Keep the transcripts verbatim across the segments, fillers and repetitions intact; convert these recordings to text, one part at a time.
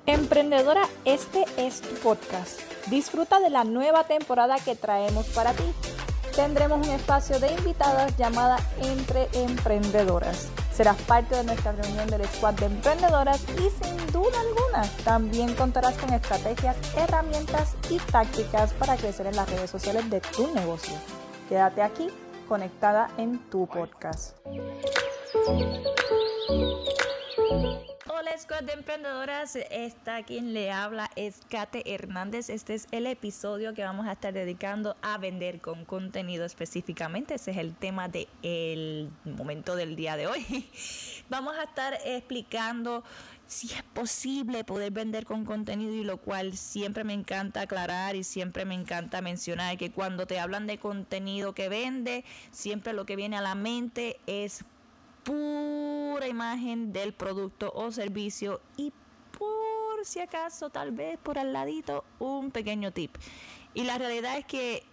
Emprendedora, este es tu podcast. Disfruta de la nueva temporada que traemos para ti. Tendremos un espacio de invitadas llamada Entre Emprendedoras. Serás parte de nuestra reunión del squad de emprendedoras y sin duda alguna también contarás con estrategias, herramientas y tácticas para crecer en las redes sociales de tu negocio. Quédate aquí, conectada en tu podcast. Hola Squad de Emprendedoras, está quien le habla es Kate Hernández. Este es el episodio que vamos a estar dedicando a vender con contenido específicamente. Ese es el tema del momento del día de hoy. Vamos a estar explicando si es posible poder vender con contenido, y lo cual siempre me encanta aclarar y siempre me encanta mencionar que cuando te hablan de contenido que vende, siempre lo que viene a la mente es pura imagen del producto o servicio y por si acaso tal vez por al ladito un pequeño tip. Y la realidad es que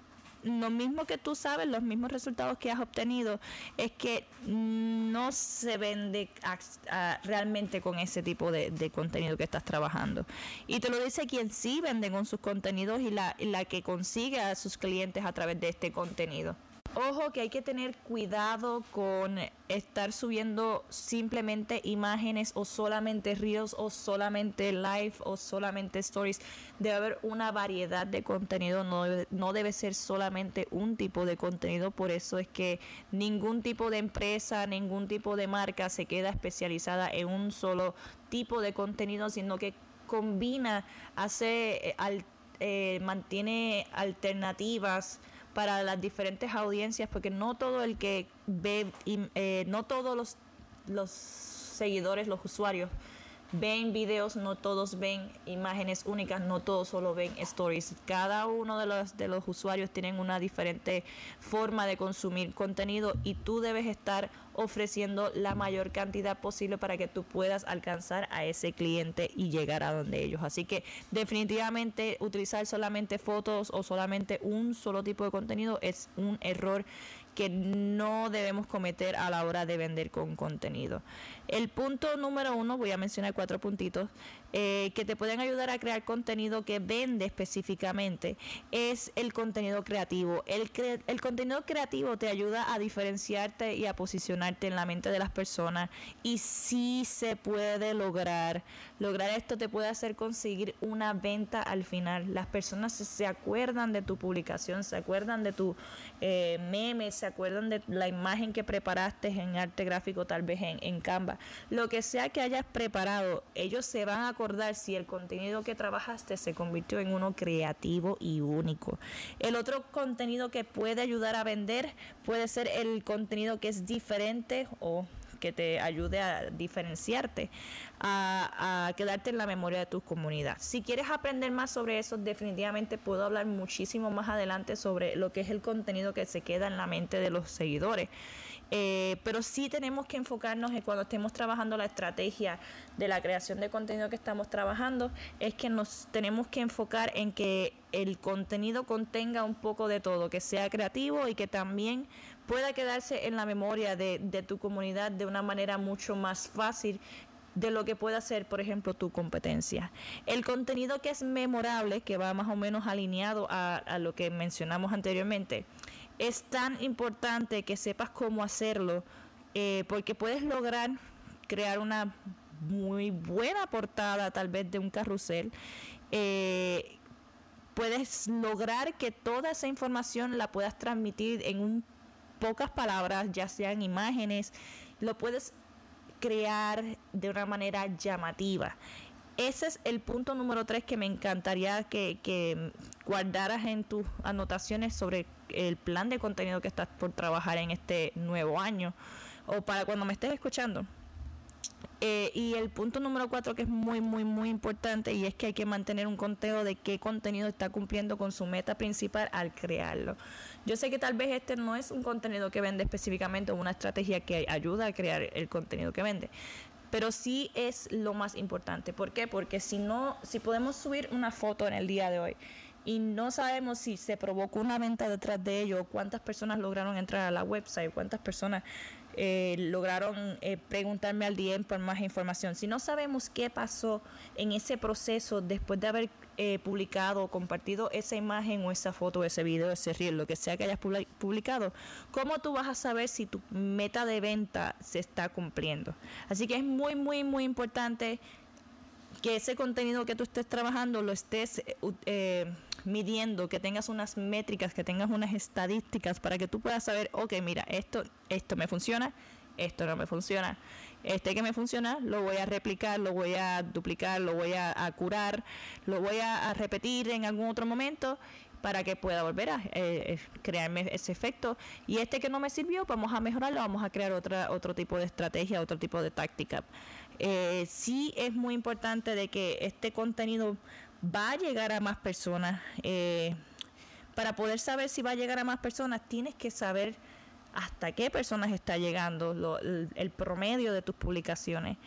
lo mismo que tú sabes, los mismos resultados que has obtenido, es que no se vende a, a, realmente con ese tipo de, de contenido que estás trabajando. Y te lo dice quien sí vende con sus contenidos y la, la que consigue a sus clientes a través de este contenido. Ojo que hay que tener cuidado con estar subiendo simplemente imágenes o solamente reels o solamente live o solamente stories. Debe haber una variedad de contenido, no debe, no debe ser solamente un tipo de contenido. Por eso es que ningún tipo de empresa, ningún tipo de marca se queda especializada en un solo tipo de contenido, sino que combina, hace, al, eh, mantiene alternativas para las diferentes audiencias, porque no todo el que ve, eh, no todos los, los seguidores, los usuarios ven videos, no todos ven imágenes únicas, no todos solo ven stories. Cada uno de los, de los usuarios tienen una diferente forma de consumir contenido y tú debes estar ofreciendo la mayor cantidad posible para que tú puedas alcanzar a ese cliente y llegar a donde ellos. Así que definitivamente utilizar solamente fotos o solamente un solo tipo de contenido es un error que no debemos cometer a la hora de vender con contenido. El punto número uno, voy a mencionar cuatro puntitos eh, que te pueden ayudar a crear contenido que vende específicamente, es el contenido creativo. El, cre- el contenido creativo te ayuda a diferenciarte y a posicionarte en la mente de las personas, y sí se puede lograr. Lograr esto te puede hacer conseguir una venta al final. Las personas se, se acuerdan de tu publicación, se acuerdan de tu eh, meme, se acuerdan de la imagen que preparaste en arte gráfico, tal vez en, en Canva. Lo que sea que hayas preparado, ellos se van a acordar si el contenido que trabajaste se convirtió en uno creativo y único. El otro contenido que puede ayudar a vender puede ser el contenido que es diferente o que te ayude a diferenciarte, a, a quedarte en la memoria de tu comunidad. Si quieres aprender más sobre eso, definitivamente puedo hablar muchísimo más adelante sobre lo que es el contenido que se queda en la mente de los seguidores. Eh, pero sí tenemos que enfocarnos en cuando estemos trabajando la estrategia de la creación de contenido que estamos trabajando, es que nos tenemos que enfocar en que el contenido contenga un poco de todo, que sea creativo y que también pueda quedarse en la memoria de, de tu comunidad de una manera mucho más fácil de lo que puede hacer, por ejemplo, tu competencia. El contenido que es memorable, que va más o menos alineado a, a lo que mencionamos anteriormente, es tan importante que sepas cómo hacerlo, eh, porque puedes lograr crear una muy buena portada, tal vez de un carrusel. Eh, puedes lograr que toda esa información la puedas transmitir en un, pocas palabras, ya sean imágenes. Lo puedes crear de una manera llamativa. Ese es el punto número tres que me encantaría que, que guardaras en tus anotaciones sobre el plan de contenido que estás por trabajar en este nuevo año o para cuando me estés escuchando. Eh, y el punto número cuatro, que es muy, muy, muy importante, y es que hay que mantener un conteo de qué contenido está cumpliendo con su meta principal al crearlo. Yo sé que tal vez este no es un contenido que vende específicamente o una estrategia que ayuda a crear el contenido que vende, pero sí es lo más importante. ¿Por qué? Porque si no, si podemos subir una foto en el día de hoy y no sabemos si se provocó una venta detrás de ello, cuántas personas lograron entrar a la website, cuántas personas eh, lograron eh, preguntarme al D M por más información. Si no sabemos qué pasó en ese proceso después de haber eh, publicado o compartido esa imagen o esa foto, ese video, ese reel, lo que sea que hayas publicado, ¿cómo tú vas a saber si tu meta de venta se está cumpliendo? Así que es muy, muy, muy importante que ese contenido que tú estés trabajando lo estés eh, midiendo, que tengas unas métricas, que tengas unas estadísticas para que tú puedas saber, ok, mira, esto, esto me funciona, esto no me funciona, este que me funciona lo voy a replicar, lo voy a duplicar, lo voy a, a curar, lo voy a, a repetir en algún otro momento para que pueda volver a eh, crearme ese efecto, y este que no me sirvió vamos a mejorarlo, vamos a crear otra, otro tipo de estrategia, otro tipo de táctica. Eh, sí es muy importante de que este contenido va a llegar a más personas. Eh, para poder saber si va a llegar a más personas, tienes que saber hasta qué personas está llegando, lo, el, el promedio de tus publicaciones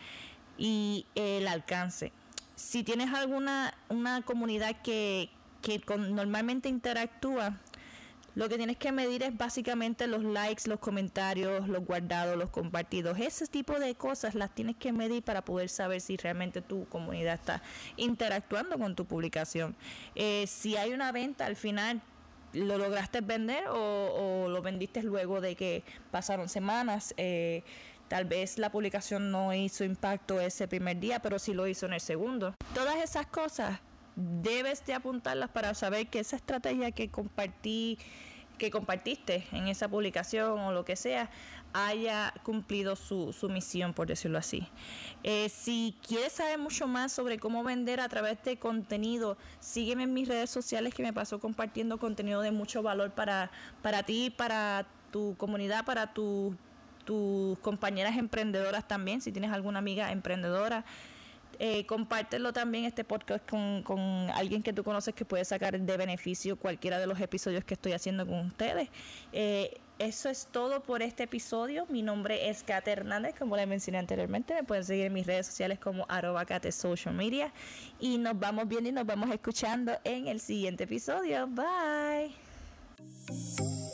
y el alcance. Si tienes alguna una comunidad que, que con, normalmente interactúa, lo que tienes que medir es básicamente los likes, los comentarios, los guardados, los compartidos. Ese tipo de cosas las tienes que medir para poder saber si realmente tu comunidad está interactuando con tu publicación. Eh, si hay una venta al final, ¿lo lograste vender o, o lo vendiste luego de que pasaron semanas? Eh, tal vez la publicación no hizo impacto ese primer día, pero sí lo hizo en el segundo. Todas esas cosas debes de apuntarlas para saber que esa estrategia que compartí, que compartiste en esa publicación o lo que sea, haya cumplido su, su misión, por decirlo así. Eh, si quieres saber mucho más sobre cómo vender a través de contenido, sígueme en mis redes sociales, que me paso compartiendo contenido de mucho valor para, para ti, para tu comunidad, para tu, tus compañeras emprendedoras también. Si tienes alguna amiga emprendedora, Eh, compártelo también este podcast con, con alguien que tú conoces que puede sacar de beneficio cualquiera de los episodios que estoy haciendo con ustedes. Eh, eso es todo por este episodio. Mi nombre es Kate Hernández, como les mencioné anteriormente. Me pueden seguir en mis redes sociales como arroba Kate Social Media. Y nos vamos viendo y nos vamos escuchando en el siguiente episodio. Bye.